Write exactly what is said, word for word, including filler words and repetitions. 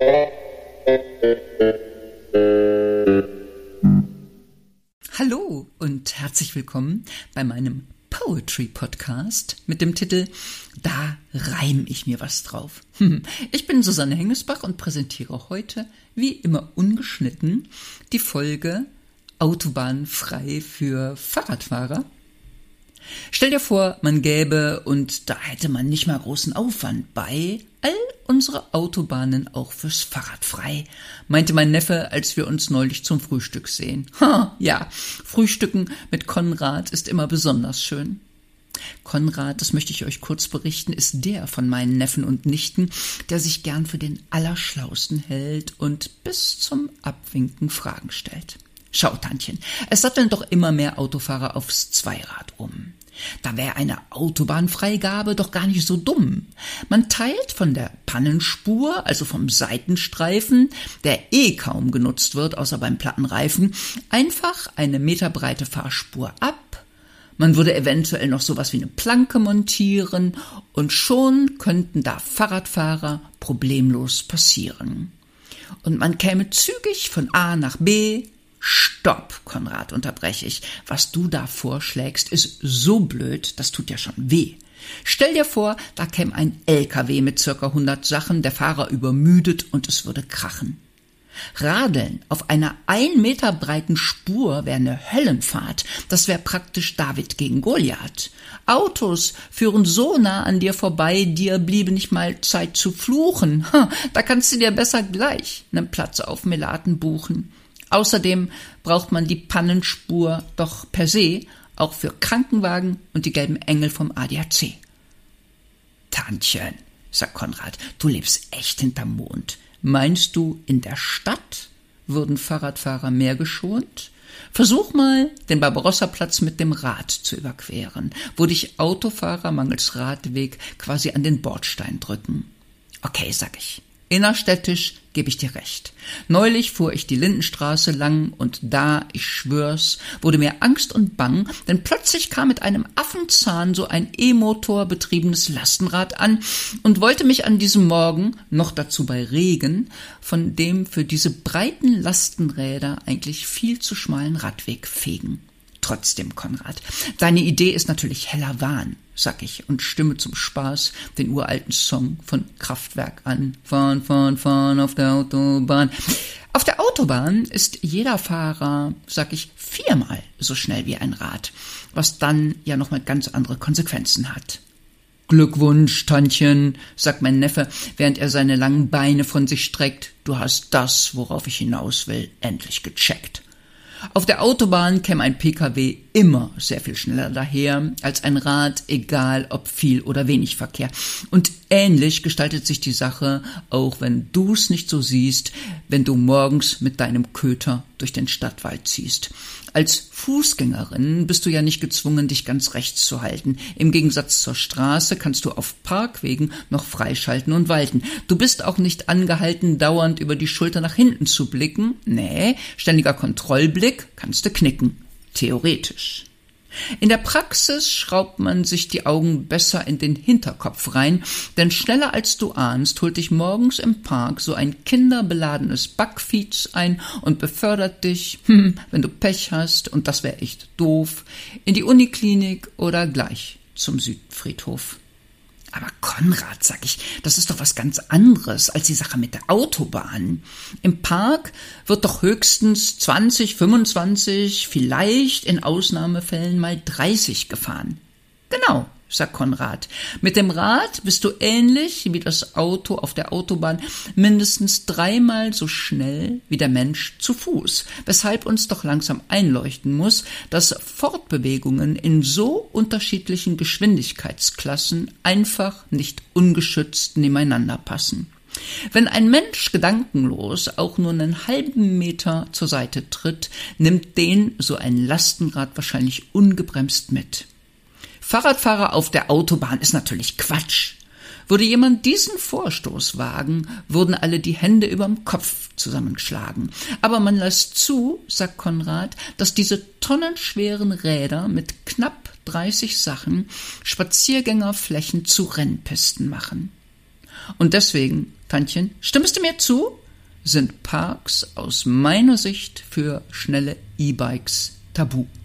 Hallo und herzlich willkommen bei meinem Poetry Podcast mit dem Titel Da reim ich mir was drauf. Ich bin Susanne Hengesbach und präsentiere heute, wie immer ungeschnitten, die Folge Autobahnfrei für Fahrradfahrer. Stell dir vor, man gäbe, und da hätte man nicht mal großen Aufwand bei, all unsere Autobahnen auch fürs Fahrrad frei, meinte mein Neffe, als wir uns neulich zum Frühstück sehen. Ha, ja, Frühstücken mit Konrad ist immer besonders schön. Konrad, das möchte ich euch kurz berichten, ist der von meinen Neffen und Nichten, der sich gern für den Allerschlausten hält und bis zum Abwinken Fragen stellt. Schau, Tantchen, es satteln doch immer mehr Autofahrer aufs Zweirad um. Da wäre eine Autobahnfreigabe doch gar nicht so dumm. Man teilt von der Pannenspur, also vom Seitenstreifen, der eh kaum genutzt wird, außer beim platten Reifen, einfach eine meterbreite Fahrspur ab. Man würde eventuell noch sowas wie eine Planke montieren und schon könnten da Fahrradfahrer problemlos passieren. Und man käme zügig von A nach B. Stopp, Konrad, unterbreche ich. Was du da vorschlägst, ist so blöd, das tut ja schon weh. Stell dir vor, da käme ein L K W mit circa hundert Sachen, der Fahrer übermüdet und es würde krachen. Radeln auf einer ein Meter breiten Spur wäre eine Höllenfahrt. Das wäre praktisch David gegen Goliath. Autos führen so nah an dir vorbei, dir bliebe nicht mal Zeit zu fluchen. Da kannst du dir besser gleich einen Platz auf Melaten buchen. Außerdem braucht man die Pannenspur doch per se auch für Krankenwagen und die gelben Engel vom A D A C. Tantchen, sagt Konrad, du lebst echt hinterm Mond. Meinst du, in der Stadt würden Fahrradfahrer mehr geschont? Versuch mal, den Barbarossa-Platz mit dem Rad zu überqueren, wo dich Autofahrer mangels Radweg quasi an den Bordstein drücken. Okay, sag ich. Innerstädtisch gebe ich dir recht. Neulich fuhr ich die Lindenstraße lang und da, ich schwör's, wurde mir Angst und Bang, denn plötzlich kam mit einem Affenzahn so ein E-Motor betriebenes Lastenrad an und wollte mich an diesem Morgen, noch dazu bei Regen, von dem für diese breiten Lastenräder eigentlich viel zu schmalen Radweg fegen. Trotzdem, Konrad, deine Idee ist natürlich heller Wahn, sag ich und stimme zum Spaß den uralten Song von Kraftwerk an. Fahren, fahren, fahren auf der Autobahn. Auf der Autobahn ist jeder Fahrer, sag ich, viermal so schnell wie ein Rad, was dann ja nochmal ganz andere Konsequenzen hat. Glückwunsch, Tantchen, sagt mein Neffe, während er seine langen Beine von sich streckt. Du hast das, worauf ich hinaus will, endlich gecheckt. Auf der Autobahn käme ein P K W immer sehr viel schneller daher als ein Rad, egal ob viel oder wenig Verkehr. Und ähnlich gestaltet sich die Sache, auch wenn du es nicht so siehst, wenn du morgens mit deinem Köter durch den Stadtwald ziehst. Als Fußgängerin bist du ja nicht gezwungen, dich ganz rechts zu halten. Im Gegensatz zur Straße kannst du auf Parkwegen noch freischalten und walten. Du bist auch nicht angehalten, dauernd über die Schulter nach hinten zu blicken. Nee, ständiger Kontrollblick kannst du knicken. Theoretisch. In der Praxis schraubt man sich die Augen besser in den Hinterkopf rein, denn schneller als du ahnst, holt dich morgens im Park so ein kinderbeladenes Backviech ein und befördert dich, hm, wenn du Pech hast, und das wäre echt doof, in die Uniklinik oder gleich zum Südfriedhof. Aber Konrad, sag ich, das ist doch was ganz anderes als die Sache mit der Autobahn. Im Park wird doch höchstens zwanzig, fünfundzwanzig, vielleicht in Ausnahmefällen mal dreißig gefahren. Genau, sagt Konrad. Mit dem Rad bist du ähnlich wie das Auto auf der Autobahn mindestens dreimal so schnell wie der Mensch zu Fuß, weshalb uns doch langsam einleuchten muss, dass Fortbewegungen in so unterschiedlichen Geschwindigkeitsklassen einfach nicht ungeschützt nebeneinander passen. Wenn ein Mensch gedankenlos auch nur einen halben Meter zur Seite tritt, nimmt den so ein Lastenrad wahrscheinlich ungebremst mit. Fahrradfahrer auf der Autobahn ist natürlich Quatsch. Würde jemand diesen Vorstoß wagen, würden alle die Hände überm Kopf zusammenschlagen. Aber man lässt zu, sagt Konrad, dass diese tonnenschweren Räder mit knapp dreißig Sachen Spaziergängerflächen zu Rennpisten machen. Und deswegen, Tantchen, stimmst du mir zu? Sind Parks aus meiner Sicht für schnelle E-Bikes tabu.